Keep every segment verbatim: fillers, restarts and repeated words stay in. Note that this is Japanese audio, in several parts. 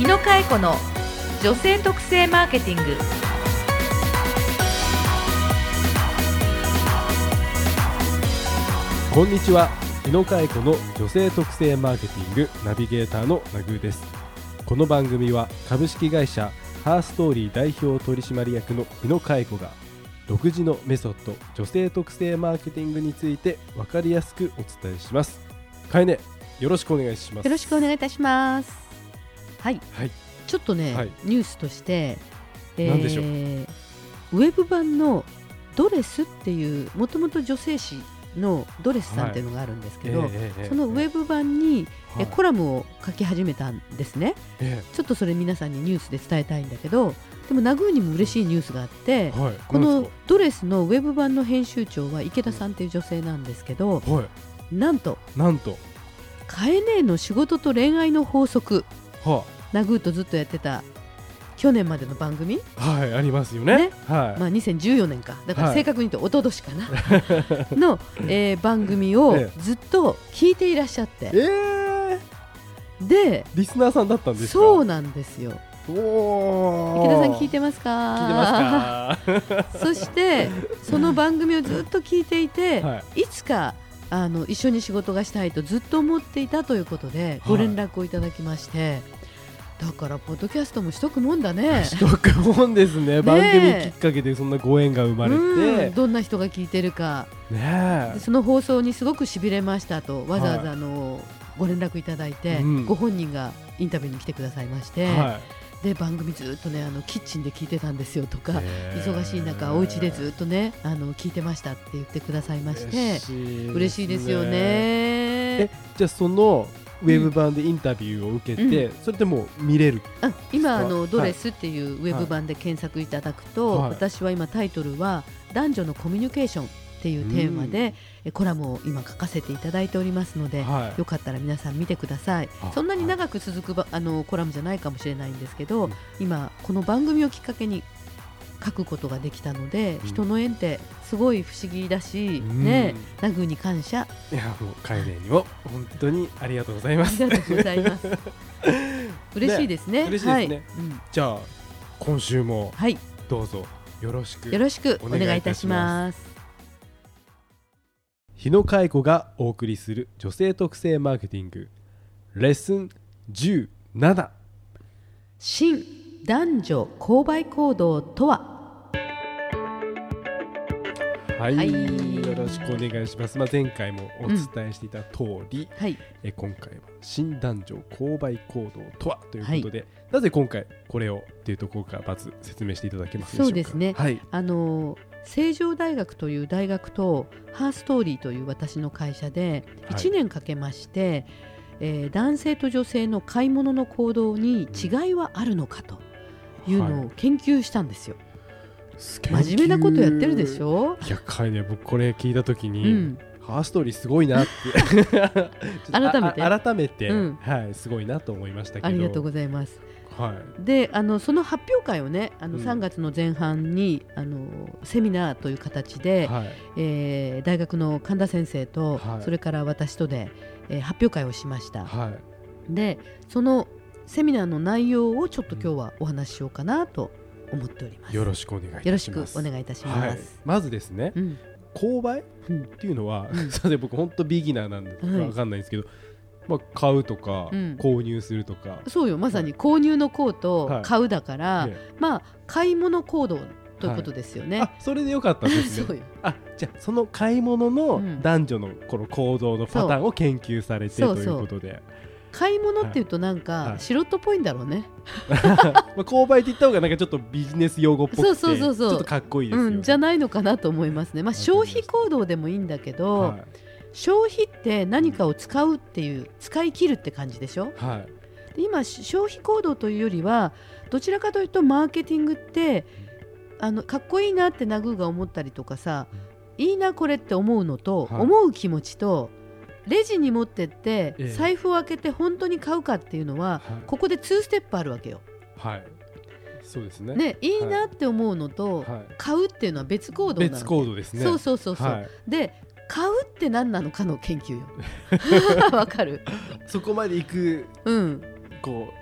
日野佳恵子の女性特性マーケティング。 こんにちは。日野佳恵子の女性特性マーケティングナビゲーターのナグーです。この番組は株式会社ハーストーリー代表取締役の日野佳恵子が独自のメソッド女性特性マーケティングについて分かりやすくお伝えします。かえね、よろしくお願いします。 よろしくお願いいたします。はい、 はい、 ちょっとね、はい、ニュースとして、 えー、何でしょう。 ウェブ版のドレスっていうもともと女性誌のドレスさんっていうのがあるんですけど、はいえー、そのウェブ版に、はい、コラムを書き始めたんですね、えー、ちょっとそれ皆さんにニュースで伝えたいんだけど、でもナグーにも嬉しいニュースがあって、はい、このドレスのウェブ版の編集長は池田さんっていう女性なんですけど、はい、なんとなんとカエネの仕事と恋愛の法則、はあ、ナグーとずっとやってた去年までの番組、 はい、ありますよね。ね、はい、 まあ、にせんじゅうよねんか、だから正確に言うと一昨年かな、はい、の、えー、番組をずっと聞いていらっしゃって、えー、でリスナーさんだったんですか。 そうなんですよ。 お池田さん聞いてますか。 聞いてますか。 そしてその番組をずっと聞いていて、はい、いつかあの一緒に仕事がしたいとずっと思っていたということでご連絡をいただきまして、はい、だからポッドキャストもしとくもんだね。 しとくもんですね。番組きっかけでそんなご縁が生まれて、 うん、どんな人が聞いてるか、ね、でその放送にすごくしびれましたとわざわざあの、はい、ご連絡いただいて、うん、ご本人がインタビューに来てくださいまして、はい、で番組ずっとねあのキッチンで聞いてたんですよとか、忙しい中お家でずっとねあの聞いてましたって言ってくださいまして、嬉しいですよね。 えじゃあそのウェブ版でインタビューを受けて、うん、それでもう見れる。 あ今あのドレスっていうウェブ版で検索いただくと、はい、私は今タイトルは男女のコミュニケーションっていうテーマで、うん、コラムを今書かせていただいておりますので、はい、よかったら皆さん見てください。そんなに長く続く、はい、あのコラムじゃないかもしれないんですけど、うん、今この番組をきっかけに書くことができたので、うん、人の縁ってすごい不思議だし、うん、ね、ナグーに感謝。 いやもうカエネにも本当にありがとうございます。 ありがとうございます嬉しいですね。 嬉しいですね、はいうん、じゃあ今週もどうぞよろしくよろしくお願いいたします。 日野佳恵子がお送りする女性特性マーケティングレッスンじゅうなな、 新男女購買行動とは。 はい、はい、よろしくお願いします。まあ、前回もお伝えしていた通り、うんはい、え今回は新男女購買行動とはということで、はい、なぜ今回これをというところからまず説明していただけますでしょうか。 そうですね、はい、あの成城大学という大学とハーストーリーという私の会社でいちねんかけまして、はいえー、男性と女性の買い物の行動に違いはあるのかというのを研究したんですよ。はい、真面目なことやってるでしょ。 いやかいね、僕これ聞いたときに、うん、ハーストーリーすごいなって改めて改めて、うんはい、すごいなと思いましたけど。 ありがとうございます。 はい、 であのその発表会をねあのさんがつの前半に、うん、あのセミナーという形で、はいえー、大学の神田先生と、はい、それから私とで、えー、発表会をしました。はい、でそのセミナーの内容をちょっと今日はお話ししようかなと思っております。 よろしくお願いいたします。 よろしくお願いいたします。はい、 まずですね、うん、購買、うん、っていうのは、うん、それ僕本当ビギナーなんで分かんないんですけど、まあ、買うとか、うん、購入するとか。 そうよまさに購入の購と買うだから、はい、まあ買い物行動ということですよね。 はい、あそれでよかったですね。そうよあじゃあその買い物の男女のこの行動のパターンを研究されてということで。 買い物っていうとなんか素人っぽいんだろうね。 まあ購買って言った方がなんかちょっとビジネス用語っぽくてそうそうそうそうちょっとかっこいいですよね。 うん、じゃないのかなと思いますね。まあ、消費行動でもいいんだけど、はい、消費って何かを使うっていう使い切るって感じでしょ。はい、で今消費行動というよりはどちらかというとマーケティングってあのかっこいいなってナグーが思ったりとかさ、いいなこれって思うのと、はい、思う気持ちとレジに持ってって財布を開けて本当に買うかっていうのは、はい、ここでにステップあるわけよ。 はい、そうですね。 ね、いいなって思うのと、はい、買うっていうのは別行動なの。 別行動ですね。 そうそうそうそう、はい、で買うって何なのかの研究よ。わかる。 そこまで行く、うん、こう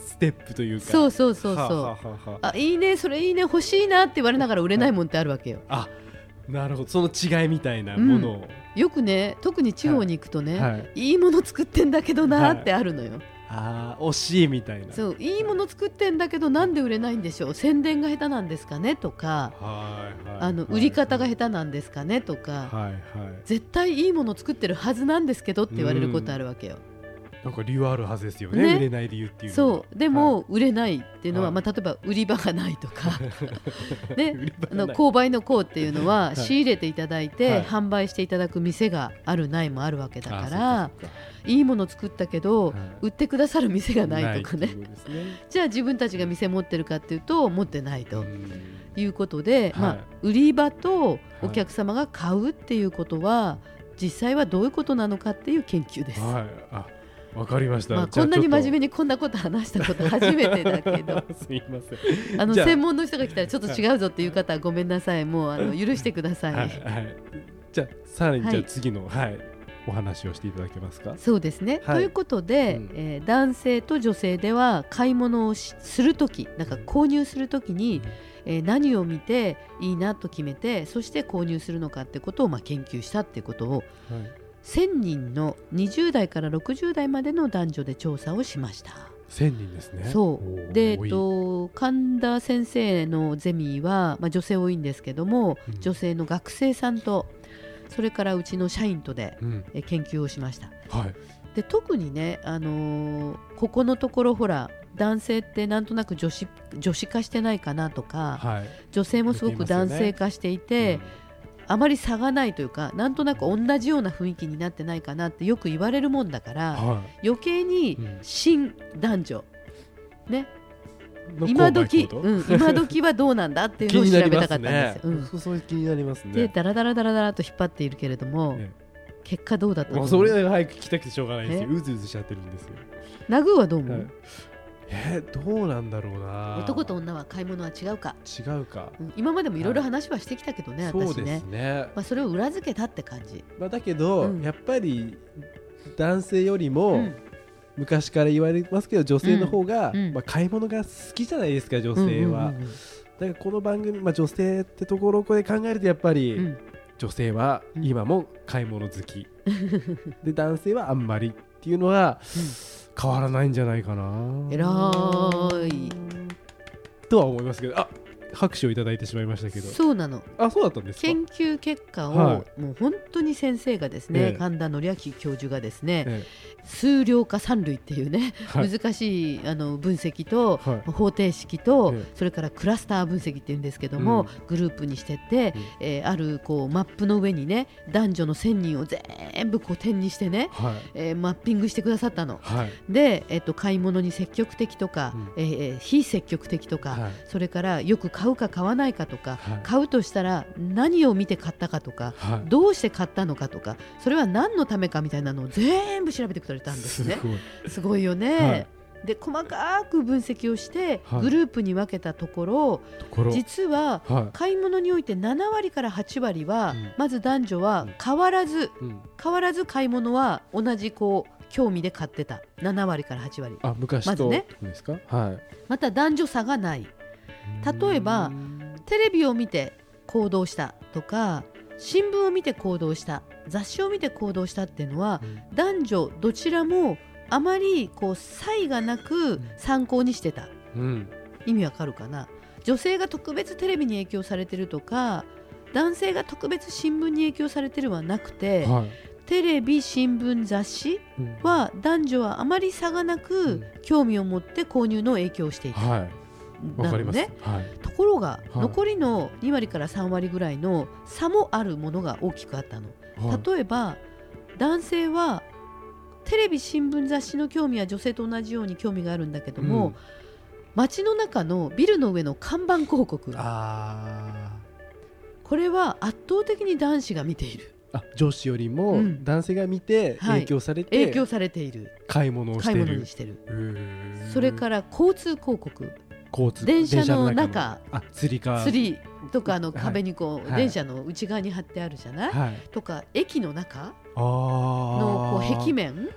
ステップというか、 そうそうそうそう、 はあはあはあ、 あいいねそれいいね欲しいなって言われながら売れないもんってあるわけよ、 はい、あなるほど、その違いみたいなものを、 うん、よくね特に地方に行くとね、 はいはい、 いいもの作ってんだけどなってあるのよ、はい、 あ惜しいみたいな、 そういいもの作ってんだけどなんで売れないんでしょう、宣伝が下手なんですかねとか、はいはい、あの売り方が下手なんですかねとか、はいはい、絶対いいもの作ってるはずなんですけどって言われることあるわけよ。 なんか理由あるはずですよ ね, ね売れない理由っていうのは。 そうでも、はい、売れないっていうのは、はい、まあ、例えば売り場がないとかね、あの購買の購っていうのは、はい、仕入れていただいて、はい、販売していただく店があるないもあるわけだから、いいもの作ったけど、はい、売ってくださる店がないとか ね, ねじゃあ自分たちが店持ってるかっていうと持ってないということで、まあ、売り場とお客様が買うっていうことは、実際はどういうことなのかっていう研究です、はい、あわかりました、 まあ、こんなに真面目にこんなこと話したこと初めてだけどすいません、 あの専門の人が来たらちょっと違うぞっていう方はごめんなさい、もうあの許してください、はいはい、 じゃあさらにじゃあ次の、はいはい、お話をしていただけますか。 そうですね、はい、ということで、うんえー、男性と女性では買い物をするとき、なんか購入するときに、うんえー、何を見ていいなと決めて、そして購入するのかってことを、まあ、研究したってことを、はい、せんにんのにじゅう代からろくじゅう代までの男女で調査をしました。 せんにんですね。 そうで、えっと、神田先生のゼミは、まあ、女性多いんですけども、うん、女性の学生さんとそれからうちの社員とで、うん、え研究をしました、はい、で特にね、あのー、ここのところほら男性ってなんとなく女子、女子化してないかなとか、はい、女性もすごく男性化していて、あまり差がないというか、なんとなく同じような雰囲気になってないかなってよく言われるもんだから、はい、余計に新男女、うん、ね、今時、うん、今時はどうなんだっていうのを調べたかったんですよ。 気になりますね、うん、そういう気になりますね。 でダラダラダラダラと引っ張っているけれども、ね、結果どうだったの？ それ早く聞きたくてしょうがないですよ。うずうずしちゃってるんですよ。 ナグーはどう思う？はい、 えー、どうなんだろうな。 男と女は買い物は違うか。 違うか、 うん、今までもいろいろ話はしてきたけどね、はい、私ね。そうですね、まあ、それを裏付けたって感じ、 まあ、だけど、うん、やっぱり男性よりも、うん、昔から言われますけど女性の方が、うんまあ、買い物が好きじゃないですか、女性は、うんうんうんうん、だからこの番組、まあ、女性ってところで考えるとやっぱり、うん、女性は今も買い物好き、うん、で男性はあんまりっていうのは、うん変わらないんじゃないかな。 えらーいとは思いますけど、あ拍手をいただいてしまいましたけど。 そうなの。 あそうだったんですか。 研究結果を、はい、もう本当に先生がですね、ええ、神田則明教授がですね、ええ、数量化三類っていうね、はい、難しいあの分析と、はい、方程式と、ええ、それからクラスター分析っていうんですけども、うん、グループにしてって、うんえー、あるこうマップの上にね男女のせんにんを全部こう点にしてね、はいえー、マッピングしてくださったの、はい、で、えー、と買い物に積極的とか、うんえー、非積極的とか、はい、それからよく買うか買わないかとか、はい、買うとしたら何を見て買ったかとか、はい、どうして買ったのかとか、それは何のためかみたいなのを全部調べてくれたんですね。すごい、すごいよね、はい、で細かく分析をしてグループに分けたところ、はい、実は買い物においてなな割からはち割は、うん、まず男女は変わらず、うん、変わらず買い物は同じこう興味で買ってた。なな割からはち割、 あ昔と、まずね、ですか、はい、 また男女差がない。例えばテレビを見て行動したとか、新聞を見て行動した、雑誌を見て行動したっていうのは、うん、男女どちらもあまりこう差異がなく参考にしてた、うん、意味わかるかな。女性が特別テレビに影響されてるとか、男性が特別新聞に影響されてるはなくて、はい、テレビ、新聞、雑誌は男女はあまり差がなく興味を持って購入の影響をしていた、はい、なのね、はい、ところが、はい、残りのに割からさん割ぐらいの差もあるものが大きくあったの、はい、例えば男性はテレビ、新聞、雑誌の興味は女性と同じように興味があるんだけども、うん、街の中のビルの上の看板広告、あこれは圧倒的に男子が見ている。 あ女子よりも男性が見て影響されて、 はい、影響されている、 買い物をしている、 買い物にしてる。それから交通広告、交通電車の中、 あ釣りか釣りとか、あの壁にこう、はい、電車の内側に貼ってあるじゃない、はい、とか駅の中のこう壁面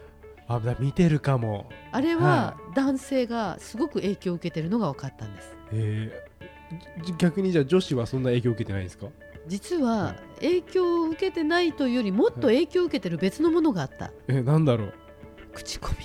あ、だ見てるかも。 あれは男性がすごく影響を受けてるのが分かったんです。 えー、逆にじゃあ女子はそんな影響を受けてないんですか？ 実は影響を受けてないというよりもっと影響を受けてる別のものがあった、はい、 え、なんだろう。 口コミ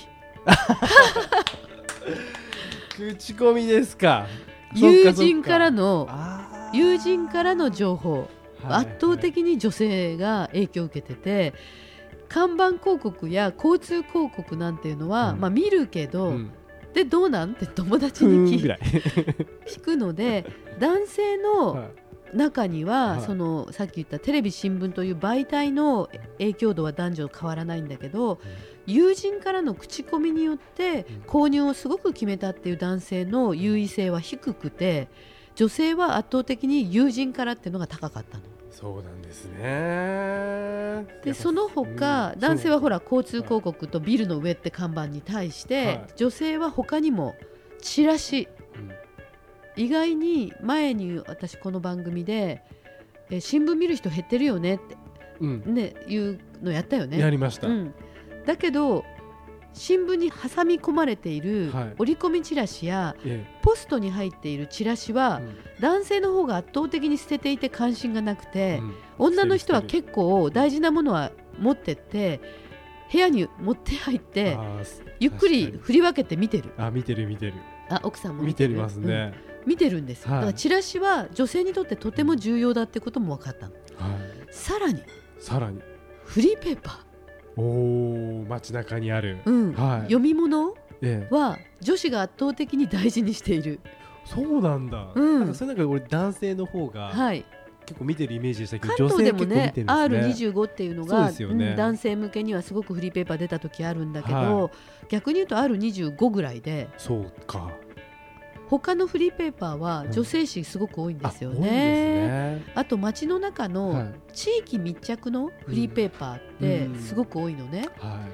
口コミですか。 友人からの友人からの情報、はい、圧倒的に女性が影響を受けてて、看板広告や交通広告なんていうのは、うんまあ、見るけど、うん、でどうなんって友達に聞, 聞くので男性の中には、はい、そのさっき言ったテレビ新聞という媒体の影響度は男女変わらないんだけど、うん、友人からの口コミによって購入をすごく決めたっていう男性の優位性は低くて、女性は圧倒的に友人からっていうのが高かったの。 そうなんですね。 でその他、うん、男性はほら交通広告とビルの上って看板に対して、はい、女性は他にもチラシ、うん、意外に前に私この番組でえ新聞見る人減ってるよねって、うんね、いうのやったよね。 やりました、 うん、だけど新聞に挟み込まれている折り込みチラシやポストに入っているチラシは男性の方が圧倒的に捨てていて関心がなくて、うん、女の人は結構大事なものは持ってって部屋に持って入ってゆっくり振り分けて見てる。 あ、見てる見てる。 あ、奥さんも見てる。 見てますね、 うん、見てるんです、はい、だからチラシは女性にとってとても重要だってことも分かったの、はい、さらにさらにフリーペーパー、 お街中にある、 うんはい、読み物は女子が圧倒的に大事にしている。 そうなんだ、うん、なんかそれなんか俺男性の方が結構見てるイメージでしたけど、関東でもね、 アールにじゅうご っていうのがう、ねうん、男性向けにはすごくフリーペーパー出た時あるんだけど、はい、逆に言うと アールにじゅうご ぐらいで、 そうか、 他のフリーペーパーは女性誌すごく多いんですよね、うん、あ、多いですね。あと街の中の地域密着のフリーペーパーってすごく多いのね、うんうんはい、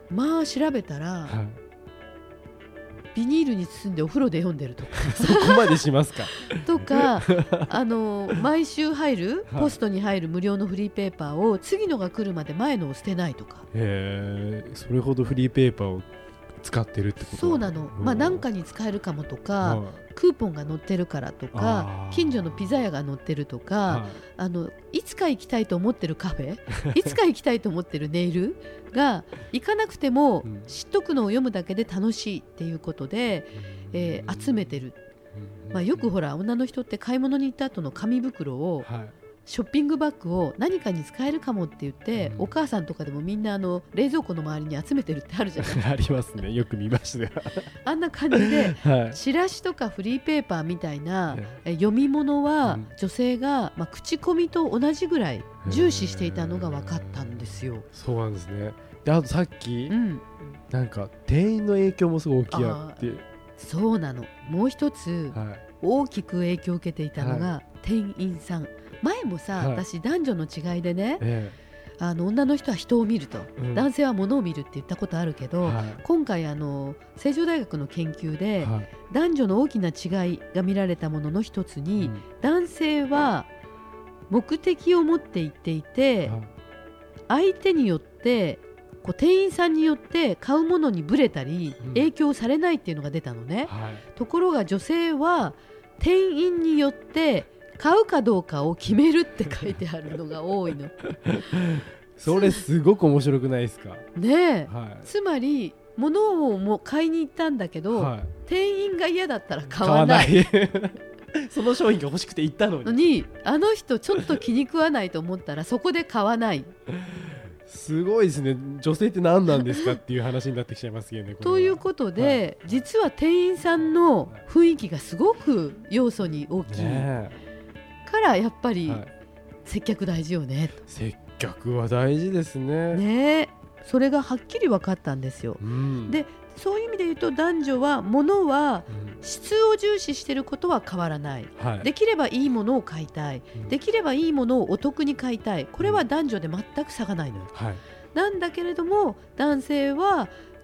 まあ調べたら、はい、ビニールに包んでお風呂で読んでるとかそこまでしますかとかあの毎週入るポストに入る無料のフリーペーパーを次のが来るまで前のを捨てないとか。 へー、それほどフリーペーパーを使ってるってこと。 そうなの、まあ、何かに使えるかもとか、クーポンが載ってるからとか、近所のピザ屋が載ってるとか、はい、あのいつか行きたいと思ってるカフェいつか行きたいと思ってるネイルが行かなくても知っとくのを読むだけで楽しいっていうことで、うんえー、集めてる、まあ、よくほら女の人って買い物に行った後の紙袋を、はいショッピングバッグを何かに使えるかもって言って、うん、お母さんとかでもみんなあの冷蔵庫の周りに集めてるってあるじゃないありますね、よく見ましたあんな感じで、はい、チラシとかフリーペーパーみたいな、え読み物は女性が、まあ、口コミと同じぐらい重視していたのが分かったんですよ。 そうなんですね。であとさっき、うん、なんか店員の影響もすごい大きいやって。 そうなの。もう一つ、はい、大きく影響を受けていたのが、はい、店員さん。前もさ、はい、私男女の違いでね、ええ、あの女の人は人を見ると、うん、男性は物を見るって言ったことあるけど、はい、今回あの成城大学の研究で、はい、男女の大きな違いが見られたものの一つに、うん、男性は目的を持って言っていて、はい、相手によってこう店員さんによって買うものにブレたり、うん、影響されないっていうのが出たのね、はい、ところが女性は店員によって買うかどうかを決めるって書いてあるのが多いのそれすごく面白くないですかねえ、はい、つまり物をも買いに行ったんだけど、はい、店員が嫌だったら買わない、 買わないその商品が欲しくて行ったのににあの人ちょっと気に食わないと思ったらそこで買わないすごいですね。女性って何なんですかっていう話になってきちゃいますよねということで、はい、実は店員さんの雰囲気がすごく要素に大きい、ねからやっぱり接客大事よね、はい、 接客は大事ですね。 ね、それがはっきり分かったんですよ、うん、でそういう意味で言うと男女は物は質を重視していることは変わらない、はい、できればいいものを買いたい、うん、できればいいものをお得に買いたい、これは男女で全く差がないのよ、はい、なんだけれども男性は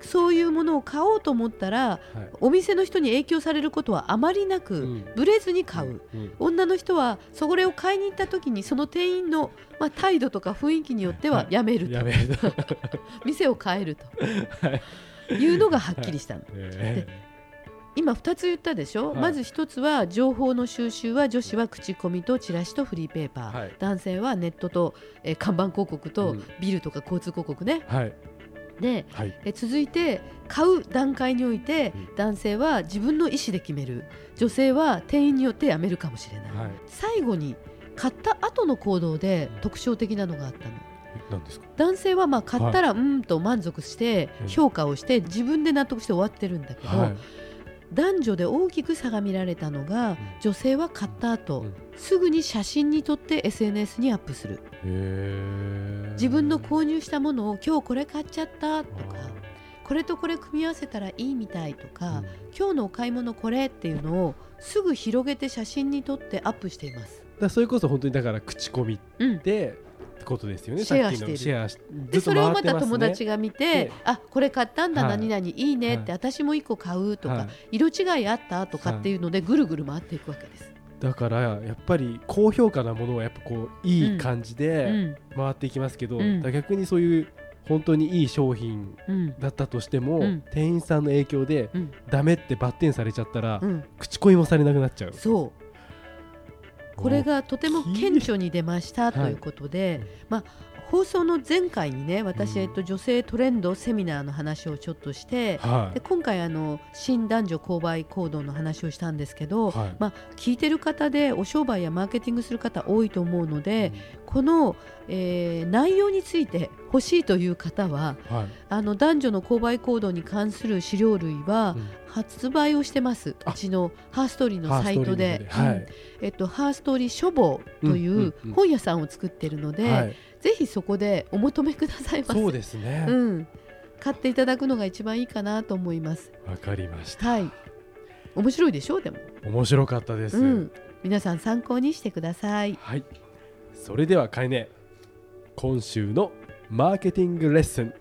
そういうものを買おうと思ったら、はい、お店の人に影響されることはあまりなく、うん、ブレずに買う、うんうん、女の人はそれを買いに行った時にその店員の、まあ、態度とか雰囲気によってはやめると、はい、やめる店を変えるというのがはっきりしたの、はいで今ふたつ言ったでしょ、はい、まずひとつは情報の収集は女子は口コミとチラシとフリーペーパー、はい、男性はネットと、えー、看板広告とビルとか交通広告ね、はいではい、え続いて買う段階において、うん、男性は自分の意思で決める、女性は店員によってやめるかもしれない、はい、最後に買った後の行動で特徴的なのがあったの。 何ですか？ 男性はまあ買ったら、はい、うんと満足して評価をして自分で納得して終わってるんだけど、はい、男女で大きく差が見られたのが、うん、女性は買った後、うん、すぐに写真に撮って エスエヌエス にアップする。へー。自分の購入したものを今日これ買っちゃったとか、これとこれ組み合わせたらいいみたいとか、うん、今日のお買い物これっていうのをすぐ広げて写真に撮ってアップしています。 だそれこそ本当にだから口コミで、うんってことですよね。 シェアしている。 シェアしでそれをまた友達が見て、あこれ買ったんだ、はい、何々いいねって、はい、私もいっこ買うとか、はい、色違いあったとかっていうのでぐるぐる回っていくわけです。 だからやっぱり高評価なものはやっぱこういい感じで回っていきますけど、うん、だ逆にそういう本当にいい商品だったとしても、うん、店員さんの影響で、うん、ダメってバッテンされちゃったら、うん、口コミもされなくなっちゃう。 そうこれがとても顕著に出ましたということで、はいまあ、放送の前回にね私、うんえっと、女性トレンドセミナーの話をちょっとして、はい、で今回あの新男女購買行動の話をしたんですけど、はいまあ、聞いてる方でお商売やマーケティングする方多いと思うので、うん、この、えー、内容について欲しいという方は、はい、あの男女の購買行動に関する資料類は、うん発売をしてます。うちのハーストーリーのサイトで、ハーストーリーので、はいえっと、ハーストーリー書房という本屋さんを作っているので、うんうんうん、ぜひそこでお求めくださいませ。 そうですね、 うん、買っていただくのが一番いいかなと思います。 わかりました、 はい、面白いでしょう。でも面白かったです、うん、 皆さん参考にしてください。 はい、それではかえね今週のマーケティングレッスン。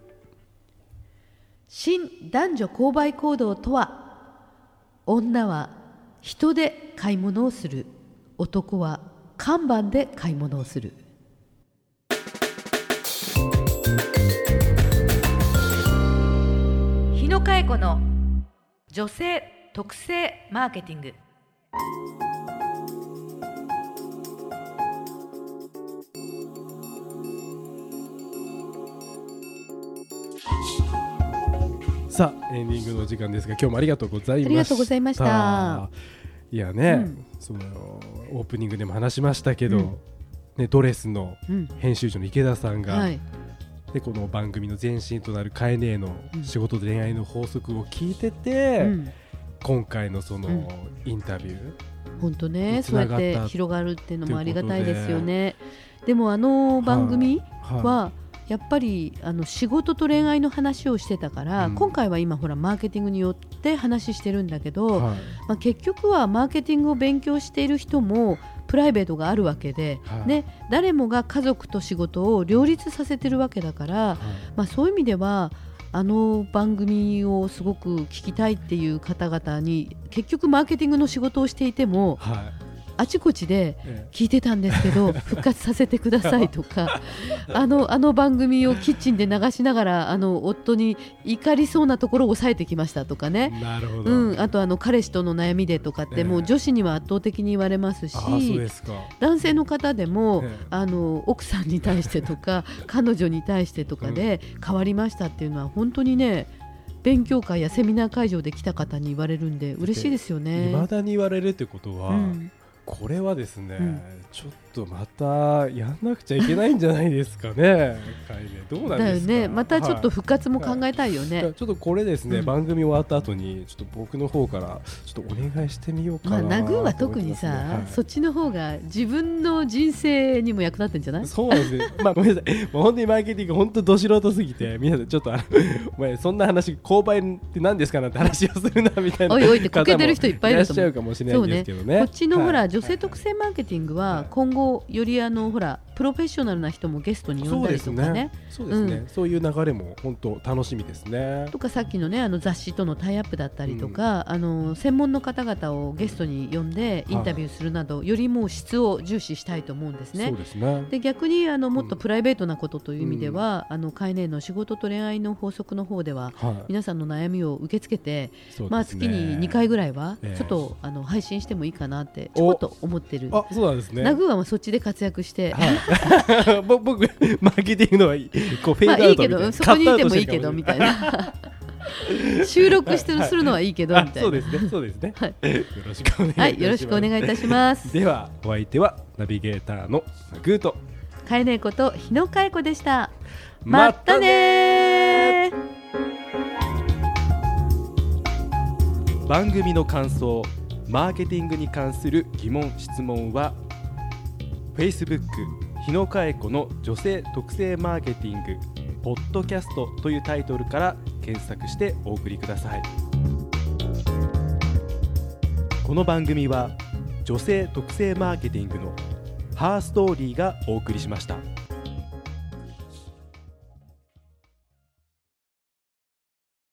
新男女購買行動とは、女は人で買い物をする、男は看板で買い物をする。 日野佳恵子の女性特性マーケティング。 さあエンディングの時間ですが、今日もありがとうございました。 ありがとうございました。 いやね、うん、そのオープニングでも話しましたけど、うんね、ドレスの編集長の池田さんが、うんはい、でこの番組の前身となるカエネの仕事と恋愛の法則を聞いてて、うん、今回のそのインタビュー、 本当ね、そうやって広がるっていうのもありがたいですよね。でもあの番組は、ははやっぱりあの仕事と恋愛の話をしてたから、うん、今回は今ほらマーケティングによって話してるんだけど、はいまあ、結局はマーケティングを勉強している人もプライベートがあるわけで、はいね、誰もが家族と仕事を両立させてるわけだから、はいまあ、そういう意味ではあの番組をすごく聞きたいっていう方々に結局マーケティングの仕事をしていても、はいあちこちで聞いてたんですけど、ええ、復活させてくださいとかあの、あの番組をキッチンで流しながらあの夫に怒りそうなところを抑えてきましたとかね。 なるほど、 うん、あとあの彼氏との悩みでとかって、ええ、もう女子には圧倒的に言われますし、 そうですか。 男性の方でも、ええ、あの奥さんに対してとか彼女に対してとかで変わりましたっていうのは本当にね勉強会やセミナー会場で来た方に言われるんで嬉しいですよね。 未だに言われるってことは、うんこれはですね、うん、ちょっとまたやんなくちゃいけないんじゃないですかね。どうなんですか。だよね。 またちょっと復活も考えたいよね。 はいはい、ちょっとこれですね、うん、番組終わった後にちょっと僕の方からちょっとお願いしてみようかな、 まあ、ナグーは特にさ、はい、そっちの方が自分の人生にも役立ってんじゃない。 そうなんですね。まあごめんなさい、もう本当にマーケティング本当ど素人すぎて皆さんちょっとあのお前そんな話購買って何ですかなんて話をするなみたいなおいおいってこけてる人いっぱいいると思う。 いらっしゃるかもしれないんですけどね。 こっちのほら、はい、女性特性マーケティングは今後よりあのほらププロフェッショナルな人もゲストに呼んだりとかね、 そうですね、うん、そういう流れも本当楽しみですね。 とかさっきのねあの雑誌とのタイアップだったりとか、うん、あの専門の方々をゲストに呼んでインタビューするなど、はい、よりもう質を重視したいと思うんですね。 そうですね。 で逆にあのもっとプライベートなことという意味では、うん、あのカイネの仕事と恋愛の法則の方では、はい、皆さんの悩みを受け付けて、ね、まあ、月ににかいぐらいはちょっと、えー、あの配信してもいいかなってちょこっと思ってる。 あ、そうなんですね。 ナグーはそっちで活躍して、 はい、僕マーケティングのはこうフェードアウトみたいな、まあ、いいけどそこにいてもいいけどみたいな収録してるするのはいいけどみたいな。 そうですね、そうですね、はい、よろしくお願いいたします。はい、 よろしくお願いいたします。 ではお相手はナビゲーターのナグーとカイネこと日野佳恵子でした。またねー。 番組の感想、マーケティングに関する疑問・質問は Facebook 日野佳恵子の女性特性マーケティングポッドキャストというタイトルから検索してお送りください。この番組は女性特性マーケティングのハーストーリーがお送りしました。